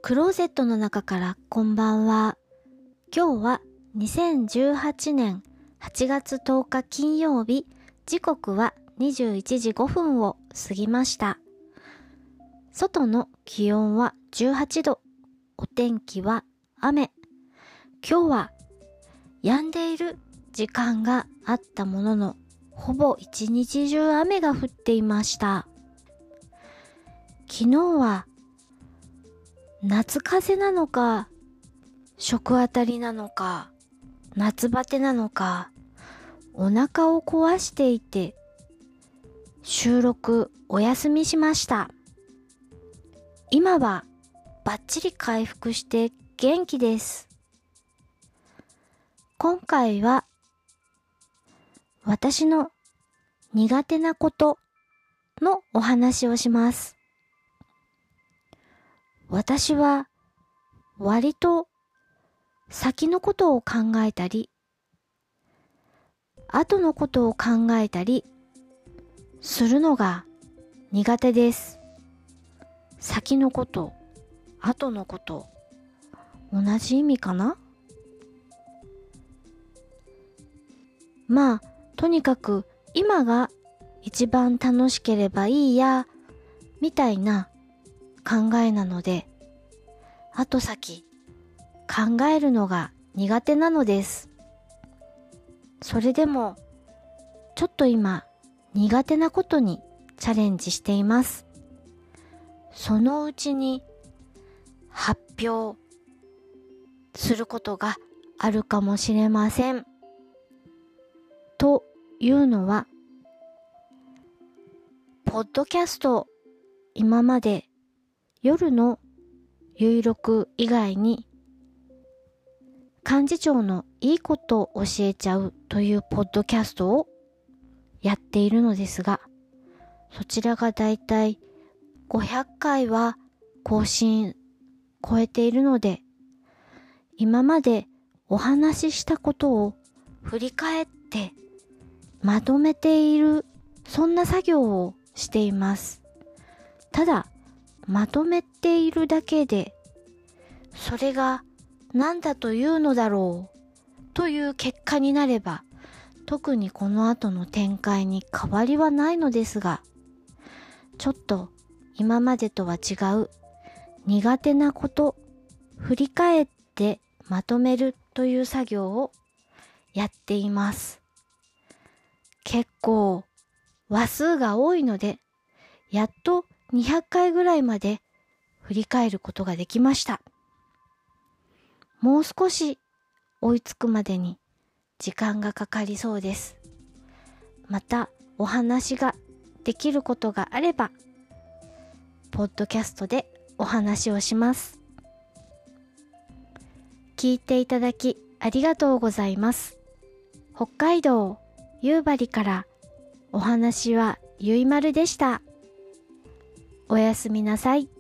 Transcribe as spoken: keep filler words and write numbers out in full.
クローゼットの中からこんばんは。今日はにせんじゅうはちねんはちがつとおか金曜日、時刻はにじゅういちじごふんを過ぎました。外の気温はじゅうはちど、お天気は雨。今日は止んでいる時間があったものの、ほぼ一日中雨が降っていました。昨日は夏風邪なのか、食あたりなのか、夏バテなのか、お腹を壊していて、収録お休みしました。今はバッチリ回復して元気です。今回は私の苦手なことのお話をします。私は割と先のことを考えたり、後のことを考えたりするのが苦手です。先のこと、後のこと、同じ意味かな？まあ、とにかく今が一番楽しければいいや、みたいな考えなので、後先考えるのが苦手なのです。それでもちょっと今苦手なことにチャレンジしています。そのうちに発表することがあるかもしれません。というのは、ポッドキャスト、今まで夜の有録以外に幹事長のいいことを教えちゃうというポッドキャストをやっているのですが、そちらがだいたいごひゃっかいは更新超えているので、今までお話ししたことを振り返ってまとめている、そんな作業をしています。ただまとめているだけで、それが何だというのだろうという結果になれば、特にこの後の展開に変わりはないのですが、ちょっと今までとは違う苦手なこと、振り返ってまとめるという作業をやっています。結構話数が多いので、やっとにひゃっかいぐらいまで振り返ることができました。もう少し追いつくまでに時間がかかりそうです。またお話ができることがあれば、ポッドキャストでお話をします。聞いていただきありがとうございます。北海道夕張からお話はゆいまるでした。おやすみなさい。